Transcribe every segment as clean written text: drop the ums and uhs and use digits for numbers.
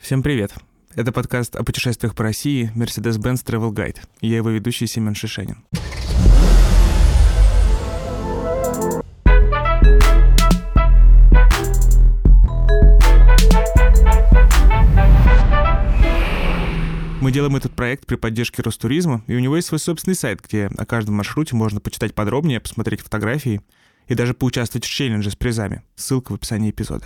Всем привет! Это подкаст о путешествиях по России Mercedes-Benz Travel Guide. Я его ведущий Семен Шишенин. Мы делаем этот проект при поддержке Ростуризма, и у него есть свой собственный сайт, где о каждом маршруте можно почитать подробнее, посмотреть фотографии и даже поучаствовать в челлендже с призами. Ссылка в описании эпизода.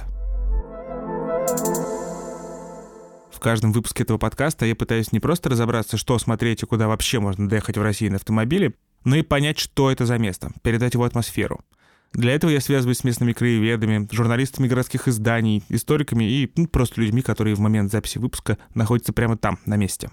В каждом выпуске этого подкаста я пытаюсь не просто разобраться, что смотреть и куда вообще можно доехать в России на автомобиле, но и понять, что это за место, передать его атмосферу. Для этого я связываюсь с местными краеведами, журналистами городских изданий, историками и просто людьми, которые в момент записи выпуска находятся прямо там, на месте.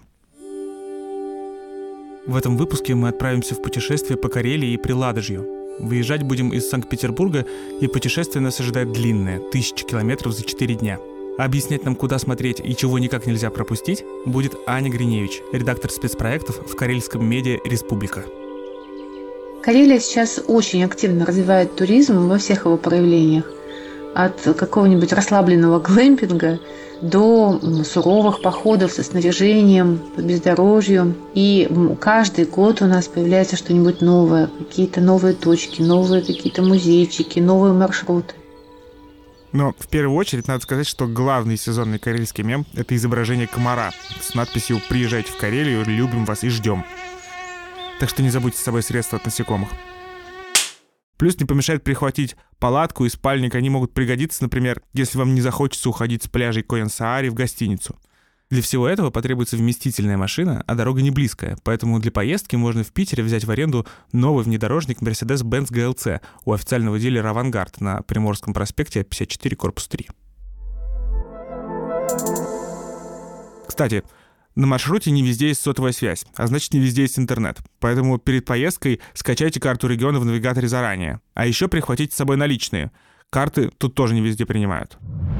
В этом выпуске мы отправимся в путешествие по Карелии и Приладожью. Выезжать будем из Санкт-Петербурга, и путешествие нас ожидает длинное, 1000 километров за 4 дня. А объяснять нам, куда смотреть и чего никак нельзя пропустить, будет Аня Гриневич, редактор спецпроектов в карельском медиа «Республика». Карелия сейчас очень активно развивает туризм во всех его проявлениях. От какого-нибудь расслабленного глэмпинга до суровых походов со снаряжением, по бездорожью. И каждый год у нас появляется что-нибудь новое, какие-то новые точки, новые какие-то музейчики, новые маршруты. Но в первую очередь надо сказать, что главный сезонный карельский мем — это изображение комара с надписью «Приезжайте в Карелию, любим вас и ждем». Так что не забудьте с собой средства от насекомых. Плюс не помешает прихватить палатку и спальник. Они могут пригодиться, например, если вам не захочется уходить с пляжей Коян-Саари в гостиницу. Для всего этого потребуется вместительная машина, а дорога не близкая. Поэтому для поездки можно в Питере взять в аренду новый внедорожник Mercedes-Benz GLC у официального дилера «Авангард» на Приморском проспекте 54, корпус 3. Кстати, на маршруте не везде есть сотовая связь, а значит, не везде есть интернет. Поэтому перед поездкой скачайте карту региона в навигаторе заранее. А еще прихватите с собой наличные. Карты тут тоже не везде принимают.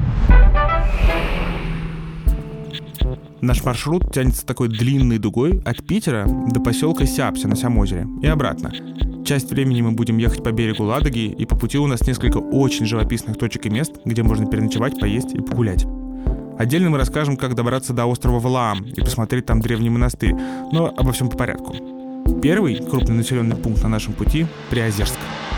Наш маршрут тянется такой длинной дугой от Питера до поселка Сяпся на Сямозере и обратно. Часть времени мы будем ехать по берегу Ладоги, и по пути у нас несколько очень живописных точек и мест, где можно переночевать, поесть и погулять. Отдельно мы расскажем, как добраться до острова Валаам и посмотреть там древний монастырь, но обо всем по порядку. Первый крупный населенный пункт на нашем пути — Приозерск.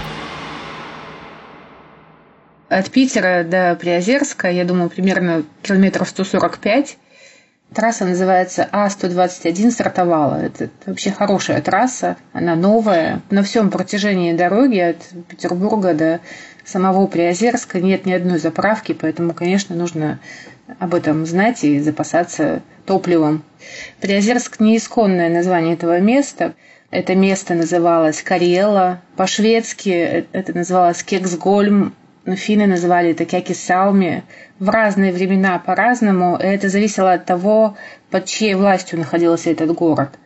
От Питера до Приозерска, я думаю, примерно километров 145. Трасса называется А-121 «Стартовала». Это вообще хорошая трасса, она новая. На всем протяжении дороги от Петербурга до самого Приозерска нет ни одной заправки, поэтому, конечно, нужно об этом знать и запасаться топливом. Приозерск – не исконное название этого места. Это место называлось Карела. По-шведски это называлось Кексгольм. Но финны называли это Кякисалми. В разные времена по-разному. И это зависело от того, под чьей властью находился этот город.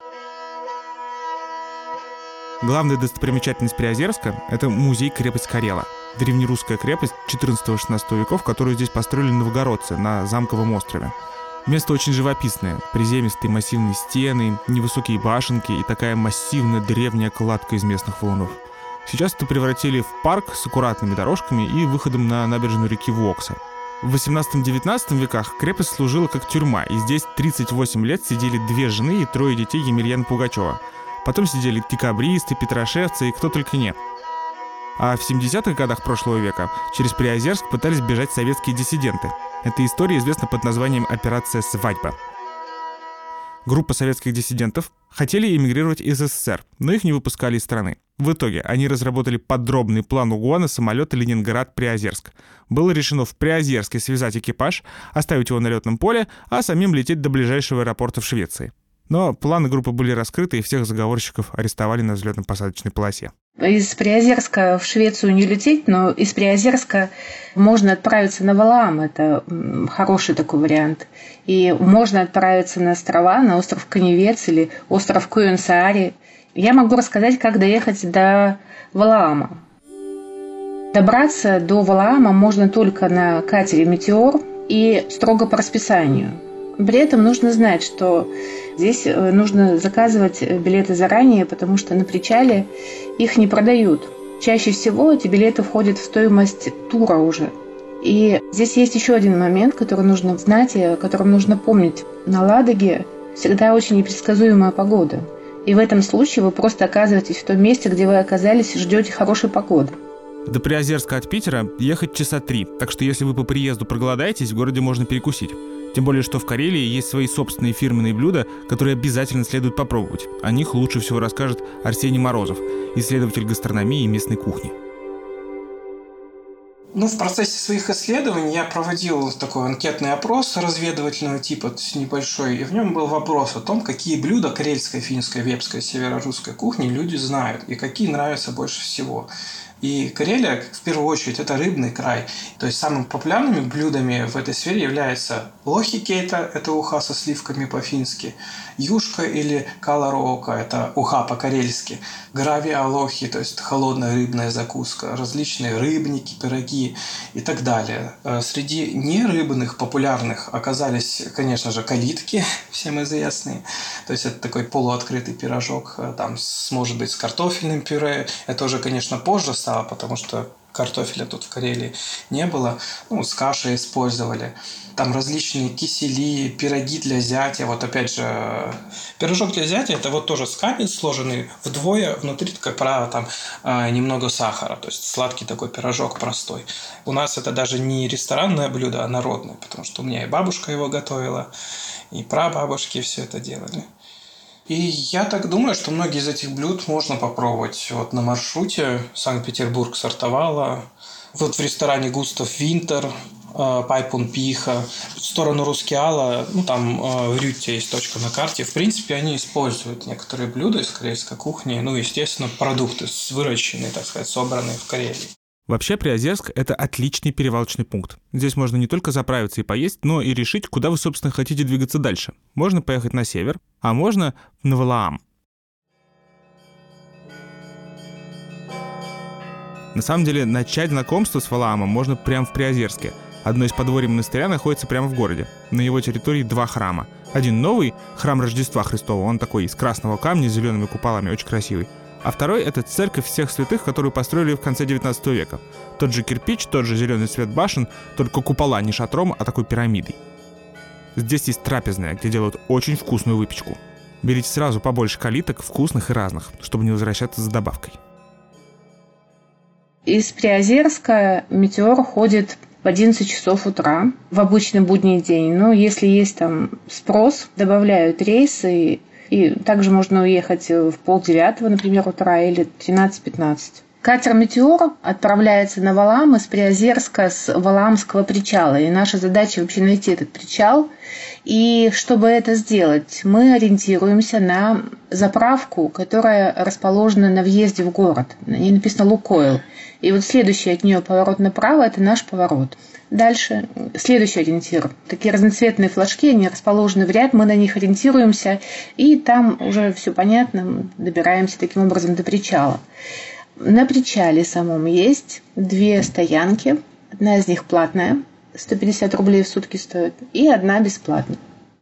Главная достопримечательность Приозерска — это музей-крепость Карела. Древнерусская крепость 14-16 веков, которую здесь построили новгородцы на Замковом острове. Место очень живописное. Приземистые массивные стены, невысокие башенки и такая массивная древняя кладка из местных валунов. Сейчас это превратили в парк с аккуратными дорожками и выходом на набережную реки Вокса. В 18-19 веках крепость служила как тюрьма, и здесь 38 лет сидели 2 жены и 3 детей Емельяна Пугачева. Потом сидели декабристы, петрошевцы и кто только не. А в 70-х годах прошлого века через Приозерск пытались бежать советские диссиденты. Эта история известна под названием «Операция «Свадьба». Группа советских диссидентов хотели эмигрировать из СССР, но их не выпускали из страны. В итоге они разработали подробный план угона самолета Ленинград-Приозерск. Было решено в Приозерске связать экипаж, оставить его на летном поле, а самим лететь до ближайшего аэропорта в Швеции. Но планы группы были раскрыты, и всех заговорщиков арестовали на взлетно-посадочной полосе. Из Приозерска в Швецию не лететь, но из Приозерска можно отправиться на Валаам. Это хороший такой вариант. И можно отправиться на острова, на остров Каневец или остров Коян-Саари. Я могу рассказать, как доехать до Валаама. Добраться до Валаама можно только на катере «Метеор» и строго по расписанию. При этом нужно знать, что здесь нужно заказывать билеты заранее, потому что на причале их не продают. Чаще всего эти билеты входят в стоимость тура уже. И здесь есть еще один момент, который нужно знать и о котором нужно помнить. На Ладоге всегда очень непредсказуемая погода. И в этом случае вы просто оказываетесь в том месте, где вы оказались, и ждете хорошей погоды. До Приозерска от Питера ехать часа 3, так что если вы по приезду проголодаетесь, в городе можно перекусить. Тем более, что в Карелии есть свои собственные фирменные блюда, которые обязательно следует попробовать. О них лучше всего расскажет Арсений Морозов, исследователь гастрономии и местной кухни. В процессе своих исследований я проводил такой анкетный опрос разведывательного типа, то есть небольшой, и в нем был вопрос о том, какие блюда карельской, финской, вепской, северо-русской кухни люди знают и какие нравятся больше всего. И Карелия, в первую очередь, это рыбный край. То есть самыми популярными блюдами в этой сфере являются лохикейта, это уха со сливками по-фински, юшка или калароука, это уха по-карельски, гравиалохи, то есть холодная рыбная закуска, различные рыбники, пироги и так далее. Среди нерыбных популярных оказались, конечно же, калитки, всем известные. То есть это такой полуоткрытый пирожок, там, может быть, с картофельным пюре. Это уже, конечно, позже стало, потому что картофеля тут в Карелии не было. С кашей использовали. Там различные кисели, пироги для зятя. Вот опять же, пирожок для зятя – это вот тоже скатерть, сложенный вдвое. Внутри, как правило, там немного сахара. То есть сладкий такой пирожок простой. У нас это даже не ресторанное блюдо, а народное. Потому что у меня и бабушка его готовила, и прабабушки все это делали. И я так думаю, что многие из этих блюд можно попробовать вот на маршруте Санкт-Петербург, Сартовала, вот в ресторане Густав Винтер, Пайпун Пиха, в сторону Рускеала, там в Рютте есть точка на карте. В принципе, они используют некоторые блюда из карельской кухни, естественно, продукты выращенные, так сказать, собранные в Карелии. Вообще, Приозерск – это отличный перевалочный пункт. Здесь можно не только заправиться и поесть, но и решить, куда вы, собственно, хотите двигаться дальше. Можно поехать на север, а можно на Валаам. На самом деле, начать знакомство с Валаамом можно прямо в Приозерске. Одно из подворий монастыря находится прямо в городе. На его территории 2 храма. Один новый – храм Рождества Христова, он такой из красного камня с зелеными куполами, очень красивый. А второй – это церковь всех святых, которую построили в конце 19 века. Тот же кирпич, тот же зеленый цвет башен, только купола не шатром, а такой пирамидой. Здесь есть трапезная, где делают очень вкусную выпечку. Берите сразу побольше калиток, вкусных и разных, чтобы не возвращаться за добавкой. Из Приозерска метеор ходит в 11 часов утра в обычный будний день. Но если есть там спрос, добавляют рейсы. И также можно уехать в 8:30, например, утра или 13:15. Катер «Метеор» отправляется на Валаам из Приозерска с Валаамского причала. И наша задача вообще найти этот причал. И чтобы это сделать, мы ориентируемся на заправку, которая расположена на въезде в город. На ней написано «Лукойл». И вот следующий от нее поворот направо – это наш поворот. Дальше следующий ориентир. Такие разноцветные флажки, они расположены в ряд, мы на них ориентируемся, и там уже все понятно, мы добираемся таким образом до причала. На причале самом есть 2 стоянки. Одна из них платная, 150 рублей в сутки стоит, и одна бесплатная.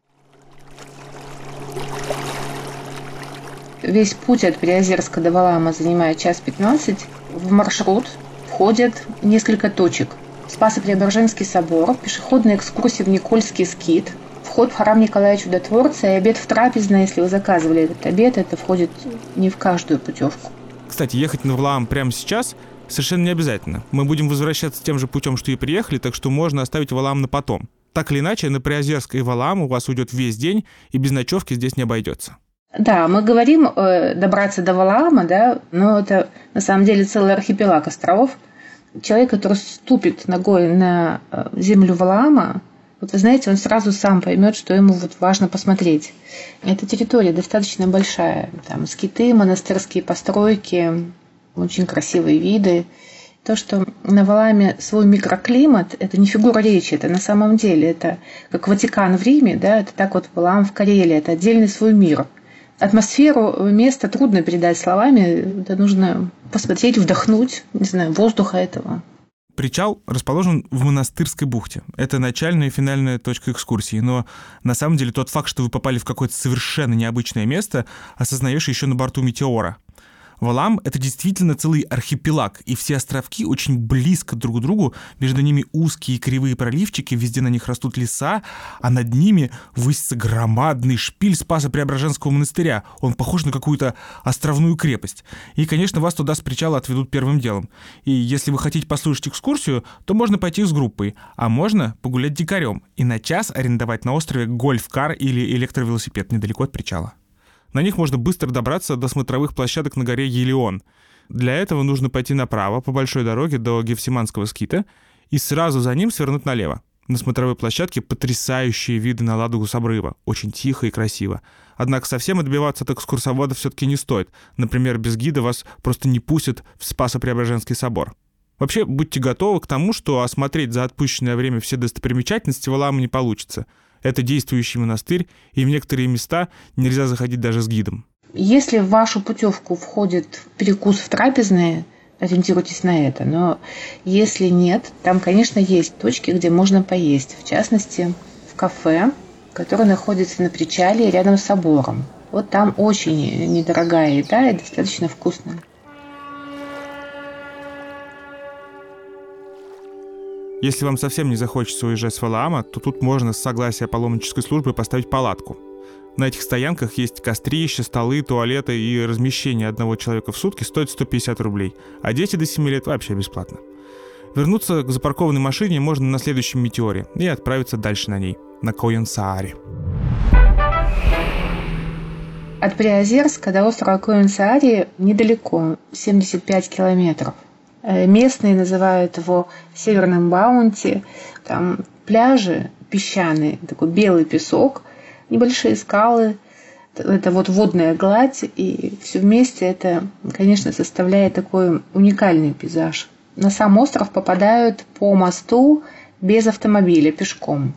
Весь путь от Приозерска до Валаама занимает 1:15. В маршрут входят несколько точек. Спасо-Преображенский собор, пешеходная экскурсия в Никольский скит, вход в храм Николая Чудотворца и обед в трапезной, если вы заказывали этот обед, это входит не в каждую путевку. Кстати, ехать на Валаам прямо сейчас совершенно не обязательно. Мы будем возвращаться тем же путем, что и приехали, так что можно оставить Валаам на потом. Так или иначе, на Приозерск и Валаам у вас уйдет весь день, и без ночевки здесь не обойдется. Да, мы говорим добраться до Валаама, да, но это на самом деле целый архипелаг островов. Человек, который ступит ногой на землю Валаама, вот вы знаете, он сразу сам поймет, что ему вот важно посмотреть. Эта территория достаточно большая. Там скиты, монастырские постройки, очень красивые виды. То, что на Валааме свой микроклимат, это не фигура речи, это на самом деле, это как Ватикан в Риме, да, это так вот Валаам в Карелии, это отдельный свой мир. Атмосферу места трудно передать словами, это нужно посмотреть, вдохнуть, не знаю, воздуха этого. Причал расположен в Монастырской бухте. Это начальная и финальная точка экскурсии, но на самом деле тот факт, что вы попали в какое-то совершенно необычное место, осознаешь еще на борту «Метеора». Валаам — это действительно целый архипелаг, и все островки очень близко друг к другу, между ними узкие кривые проливчики, везде на них растут леса, а над ними высится громадный шпиль Спасо-Преображенского монастыря. Он похож на какую-то островную крепость. И, конечно, вас туда с причала отведут первым делом. И если вы хотите послушать экскурсию, то можно пойти с группой, а можно погулять дикарем и на час арендовать на острове гольф-кар или электровелосипед недалеко от причала. На них можно быстро добраться до смотровых площадок на горе Елеон. Для этого нужно пойти направо по большой дороге до Гефсиманского скита и сразу за ним свернуть налево. На смотровой площадке потрясающие виды на Ладогу с обрыва. Очень тихо и красиво. Однако совсем отбиваться от экскурсоводов все-таки не стоит. Например, без гида вас просто не пустят в Спасо-Преображенский собор. Вообще, будьте готовы к тому, что осмотреть за отпущенное время все достопримечательности Валаама не получится. Это действующий монастырь, и в некоторые места нельзя заходить даже с гидом. Если в вашу путевку входит перекус в трапезные, ориентируйтесь на это. Но если нет, там, конечно, есть точки, где можно поесть. В частности, в кафе, которое находится на причале рядом с собором. Вот там очень недорогая еда и достаточно вкусная. Если вам совсем не захочется уезжать с Валаама, то тут можно с согласия паломнической службы поставить палатку. На этих стоянках есть кострища, столы, туалеты, и размещение одного человека в сутки стоит 150 рублей, а дети до 7 лет вообще бесплатно. Вернуться к запаркованной машине можно на следующем метеоре и отправиться дальше на ней, на Коян-Саари. От Приозерска до острова Коян-Саари недалеко, 75 километров. Местные называют его Северным Баунти. Там пляжи песчаные, такой белый песок, небольшие скалы. Это вот водная гладь, и все вместе это, конечно, составляет такой уникальный пейзаж. На сам остров попадают по мосту без автомобиля, пешком.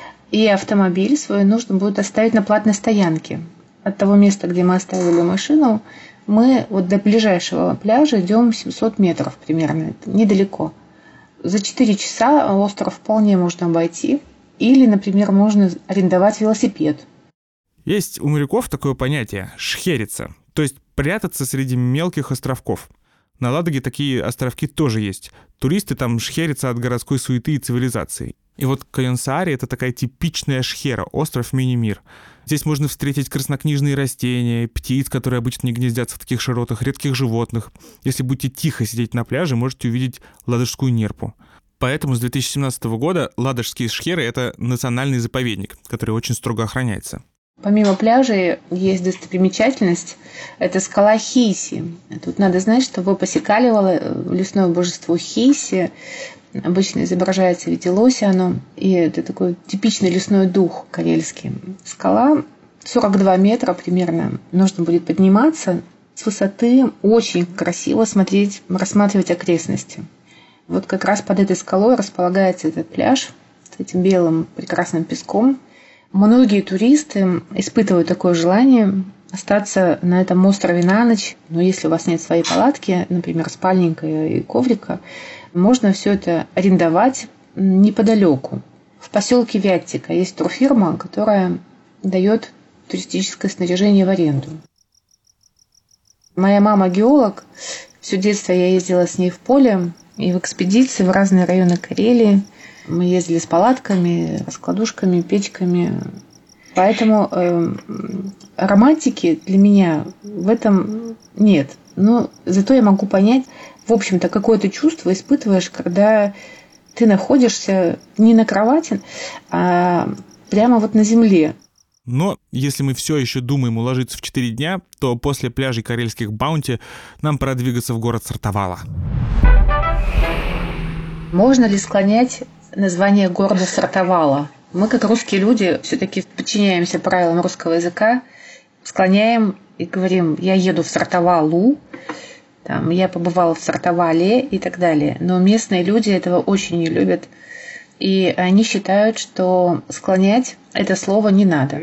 И автомобиль свой нужно будет оставить на платной стоянке. От того места, где мы оставили машину, мы вот до ближайшего пляжа идем 700 метров примерно, это недалеко. За 4 часа остров вполне можно обойти. Или, например, можно арендовать велосипед. Есть у моряков такое понятие – шхериться, то есть прятаться среди мелких островков. На Ладоге такие островки тоже есть. Туристы там шхерятся от городской суеты и цивилизации. И вот Коян-Саари — это такая типичная шхера, остров мини-мир. Здесь можно встретить краснокнижные растения, птиц, которые обычно не гнездятся в таких широтах, редких животных. Если будете тихо сидеть на пляже, можете увидеть ладожскую нерпу. Поэтому с 2017 года ладожские шхеры — это национальный заповедник, который очень строго охраняется. Помимо пляжей есть достопримечательность – это скала Хейси. Тут надо знать, что в эпосе Калевала лесное божество Хейси обычно изображается в виде лося оно, и это такой типичный лесной дух карельский. Скала 42 метра примерно, нужно будет подниматься. С высоты очень красиво рассматривать окрестности. Вот как раз под этой скалой располагается этот пляж с этим белым прекрасным песком. Многие туристы испытывают такое желание остаться на этом острове на ночь. Но если у вас нет своей палатки, например, спальника и коврика, можно все это арендовать неподалеку. В поселке Вяттика есть турфирма, которая дает туристическое снаряжение в аренду. Моя мама геолог. Все детство я ездила с ней в поле и в экспедиции в разные районы Карелии. Мы ездили с палатками, раскладушками, печками. Поэтому романтики для меня в этом нет. Но зато я могу понять, в общем-то, какое ты чувство испытываешь, когда ты находишься не на кровати, а прямо вот на земле. Но если мы все еще думаем уложиться в 4 дня, то после пляжей карельских Баунти нам пора двигаться в город Сартовала. Можно ли склонять название города Сартовала? Мы, как русские люди, все-таки подчиняемся правилам русского языка, склоняем и говорим: я еду в Сартовалу, там, я побывала в Сартовале и так далее. Но местные люди этого очень не любят. И они считают, что склонять это слово не надо.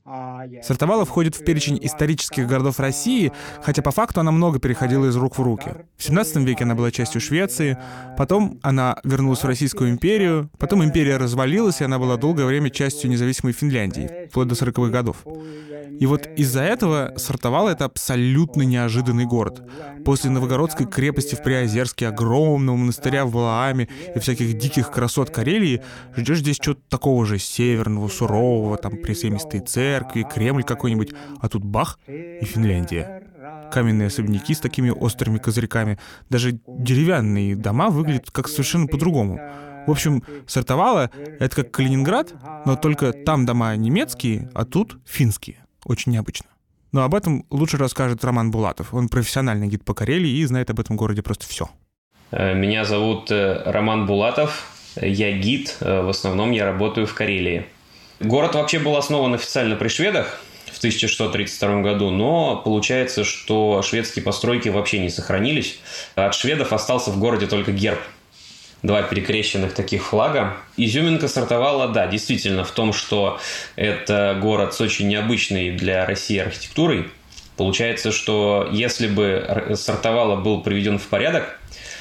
Сартовала входит в перечень исторических городов России, хотя по факту она много переходила из рук в руки. В 17 веке она была частью Швеции, потом она вернулась в Российскую империю, потом империя развалилась, и она была долгое время частью независимой Финляндии, вплоть до 40-х годов. И вот из-за этого Сартовала — это абсолютно неожиданный город. После Новогородской крепости в Приозерске, огромного монастыря в Валааме и всяких диких красот Карелии ждешь здесь чего-то такого же северного, сурового, там приземистые церкви, Кремль какой-нибудь, а тут бах — и Финляндия. Каменные особняки с такими острыми козырьками, даже деревянные дома выглядят как совершенно по-другому. В общем, Сартовала — это как Калининград, но только там дома немецкие, а тут финские. Очень необычно. Но об этом лучше расскажет Роман Булатов. Он профессиональный гид по Карелии и знает об этом городе просто все. Меня зовут Роман Булатов. Я гид. В основном я работаю в Карелии. Город вообще был основан официально при шведах в 1632 году, но получается, что шведские постройки вообще не сохранились. От шведов остался в городе только герб. 2 перекрещенных таких флага. Изюминка Сартовала, да, действительно, в том, что это город с очень необычной для России архитектурой. Получается, что если бы Сартовала был приведен в порядок,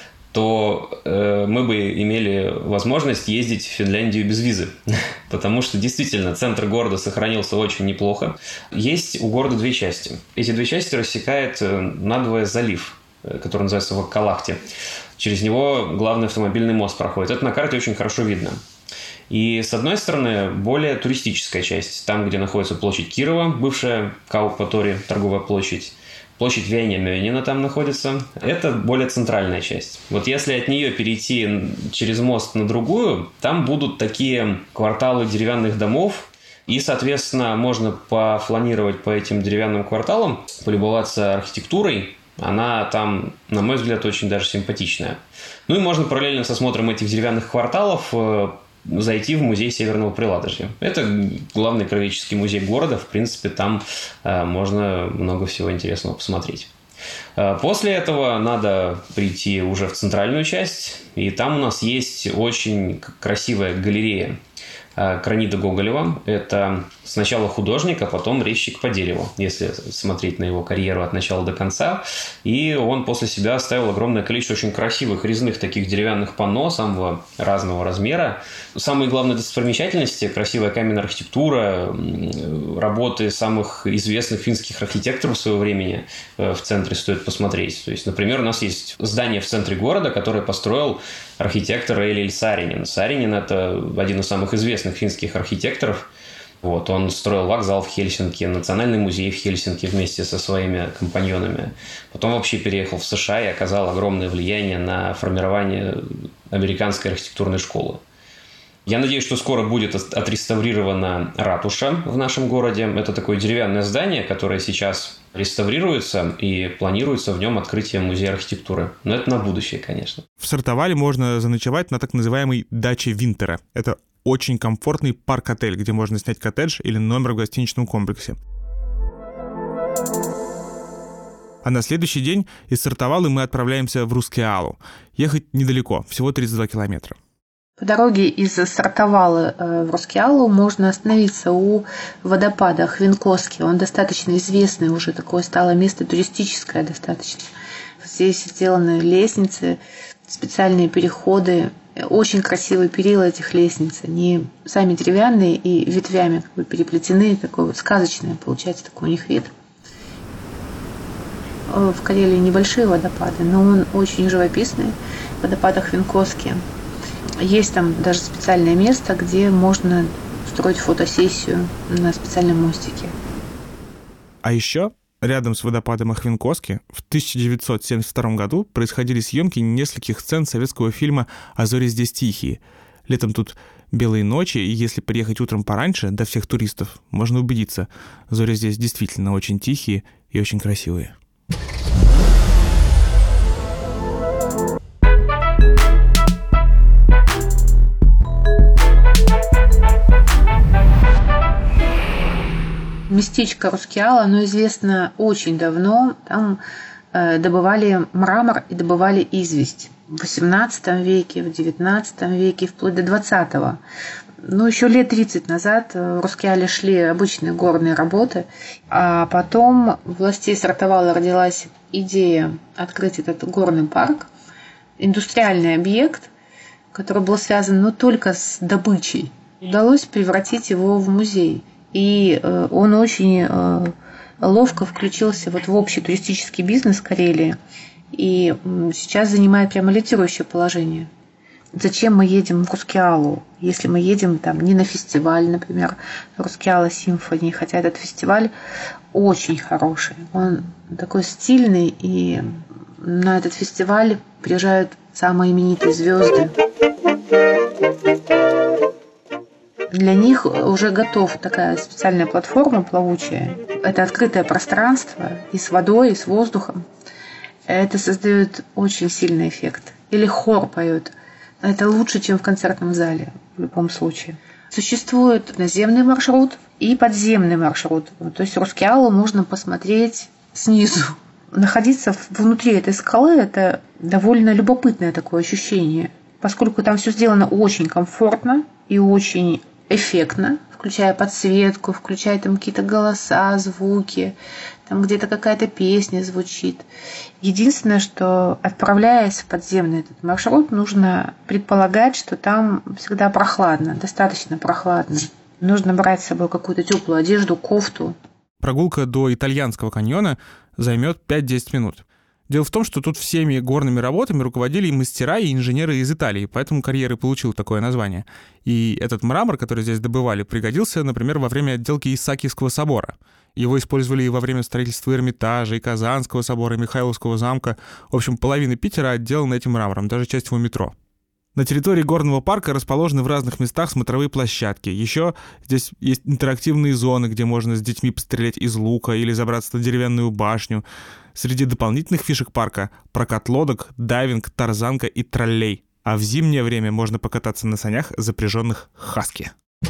то мы бы имели возможность ездить в Финляндию без визы. Потому что действительно центр города сохранился очень неплохо. Есть у города 2 части. Эти 2 части рассекает надвое залив, который называется Ваккалахти. Через него главный автомобильный мост проходит. Это на карте очень хорошо видно. И с одной стороны, более туристическая часть. Там, где находится площадь Кирова, бывшая Каупатори, торговая площадь. Площадь Вейнямёнина там находится. Это более центральная часть. Вот если от нее перейти через мост на другую, там будут такие кварталы деревянных домов. И, соответственно, можно пофланировать по этим деревянным кварталам, полюбоваться архитектурой. Она там, на мой взгляд, очень даже симпатичная. Ну и можно параллельно с осмотром этих деревянных кварталов зайти в музей Северного Приладожья. Это главный краеведческий музей города. В принципе, там можно много всего интересного посмотреть. После этого надо прийти уже в центральную часть. И там у нас есть очень красивая галерея Кранида Гоголева. Это сначала художник, а потом резчик по дереву, если смотреть на его карьеру от начала до конца. И он после себя оставил огромное количество очень красивых резных таких деревянных панно самого разного размера. Самые главные достопримечательности – красивая каменная архитектура, работы самых известных финских архитекторов своего времени в центре стоит посмотреть. То есть, например, у нас есть здание в центре города, которое построил архитектор Элиль Саринин. Саринин – это один из самых известных финских архитекторов. Вот, он строил вокзал в Хельсинки, национальный музей в Хельсинки вместе со своими компаньонами. Потом вообще переехал в США и оказал огромное влияние на формирование американской архитектурной школы. Я надеюсь, что скоро будет отреставрирована ратуша в нашем городе. Это такое деревянное здание, которое сейчас реставрируется, и планируется в нем открытие музея архитектуры. Но это на будущее, конечно. В Сартовале можно заночевать на так называемой даче Винтера. Это очень комфортный парк-отель, где можно снять коттедж или номер в гостиничном комплексе. А на следующий день из Сартовалы мы отправляемся в Рускеалу. Ехать недалеко, всего 32 километра. По дороге из Сартовалы в Рускеалу можно остановиться у водопада Хвинкоски. Он достаточно известный уже, такое стало место туристическое достаточно. Здесь сделаны лестницы, специальные переходы. Очень красивый перила этих лестниц. Они сами деревянные и ветвями как бы переплетены. Такое вот сказочное получается такой у них вид. В Карелии небольшие водопады, но он очень живописный. Водопад Хвинкоски. Есть там даже специальное место, где можно устроить фотосессию на специальном мостике. А еще рядом с водопадом Охвинкоски в 1972 году происходили съемки нескольких сцен советского фильма «А зори здесь тихие». Летом тут белые ночи, и если приехать утром пораньше, до всех туристов, можно убедиться, зори здесь действительно очень тихие и очень красивые. Местечко Рускеала, оно известно очень давно. Там добывали мрамор и добывали известь. В XVIII веке, в XIX веке, вплоть до XX. еще лет 30 назад в Рускеале шли обычные горные работы, а потом в властей Сартовала родилась идея открыть этот горный парк, индустриальный объект, который был связан только с добычей. Удалось превратить его в музей. И он очень ловко включился в общий туристический бизнес Карелии и сейчас занимает прямо лидирующее положение. Зачем мы едем в Рускеалу, если мы едем не на фестиваль, например, Рускеала Симфонии, хотя этот фестиваль очень хороший, он такой стильный, и на этот фестиваль приезжают самые именитые звезды. Для них уже готова такая специальная платформа плавучая. Это открытое пространство и с водой, и с воздухом. Это создает очень сильный эффект. Или хор поет. Это лучше, чем в концертном зале, в любом случае. Существует наземный маршрут и подземный маршрут. То есть Рускеалу можно посмотреть снизу. Находиться внутри этой скалы – это довольно любопытное такое ощущение, поскольку там все сделано очень комфортно и очень эффектно, включая подсветку, включая какие-то голоса, звуки, там где-то какая-то песня звучит. Единственное, что, отправляясь в подземный этот маршрут, нужно предполагать, что там всегда прохладно, достаточно прохладно. Нужно брать с собой какую-то теплую одежду, кофту. Прогулка до Итальянского каньона займет 5-10 минут. Дело в том, что тут всеми горными работами руководили и мастера, и инженеры из Италии, поэтому карьер и получил такое название. И этот мрамор, который здесь добывали, пригодился, например, во время отделки Исаакиевского собора. Его использовали и во время строительства Эрмитажа, и Казанского собора, и Михайловского замка. В общем, половина Питера отделана этим мрамором, даже часть его метро. На территории горного парка расположены в разных местах смотровые площадки. Еще здесь есть интерактивные зоны, где можно с детьми пострелять из лука или забраться на деревянную башню. Среди дополнительных фишек парка – прокат лодок, дайвинг, тарзанка и троллей. А в зимнее время можно покататься на санях, запряженных хаски.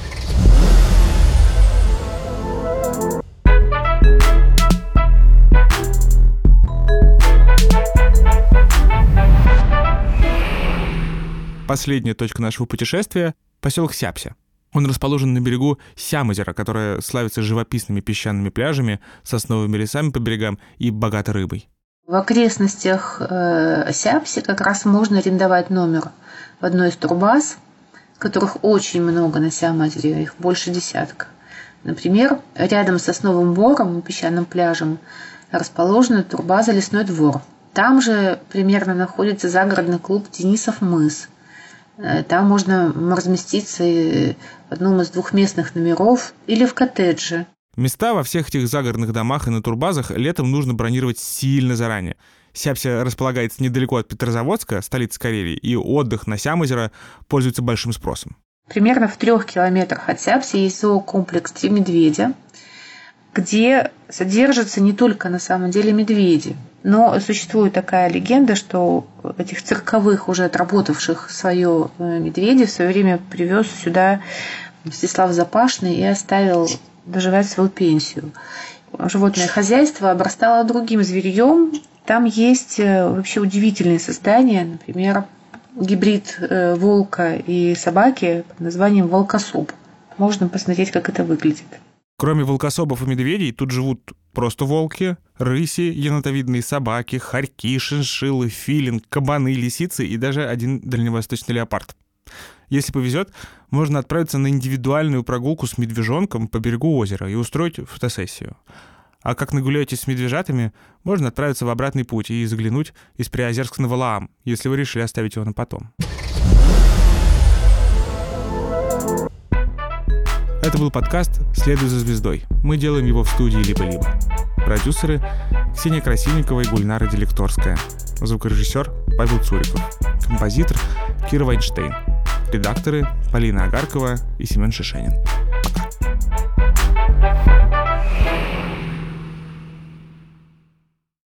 Последняя точка нашего путешествия – поселок Сяпся. Он расположен на берегу Сямозера, которое славится живописными песчаными пляжами, сосновыми лесами по берегам и богатой рыбой. В окрестностях Сяпси как раз можно арендовать номер в одной из турбаз, которых очень много на Сямозере, их больше десятка. Например, рядом с Сосновым Бором и песчаным пляжем расположена турбаза «Лесной двор». Там же примерно находится загородный клуб «Денисов мыс». Там можно разместиться в одном из двухместных номеров или в коттедже. Места во всех этих загородных домах и на турбазах летом нужно бронировать сильно заранее. Сяпся располагается недалеко от Петрозаводска, столицы Карелии, и отдых на Сямозеро пользуется большим спросом. Примерно в 3 километрах от Сяпси есть зоокомплекс «Три медведя», где содержатся не только на самом деле медведи, но существует такая легенда, что этих цирковых, уже отработавших свое медведей в свое время привез сюда Мстислав Запашный и оставил доживать свою пенсию. Животное хозяйство обрастало другим зверьем. Там есть вообще удивительные создания, например, гибрид волка и собаки под названием волкособ. Можно посмотреть, как это выглядит. Кроме волкособов и медведей, тут живут просто волки, рыси, енотовидные собаки, хорьки, шиншиллы, филин, кабаны, лисицы и даже один дальневосточный леопард. Если повезет, можно отправиться на индивидуальную прогулку с медвежонком по берегу озера и устроить фотосессию. А как нагуляетесь с медвежатами, можно отправиться в обратный путь и заглянуть из Приозерска на Валаам, если вы решили оставить его на потом. Это был подкаст «Следуй за звездой». Мы делаем его в студии «Либо-либо». Продюсеры Ксения Красильникова и Гульнара Делекторская. Звукорежиссер Павел Цуриков. Композитор Кира Вайнштейн. Редакторы Полина Агаркова и Семен Шишенин.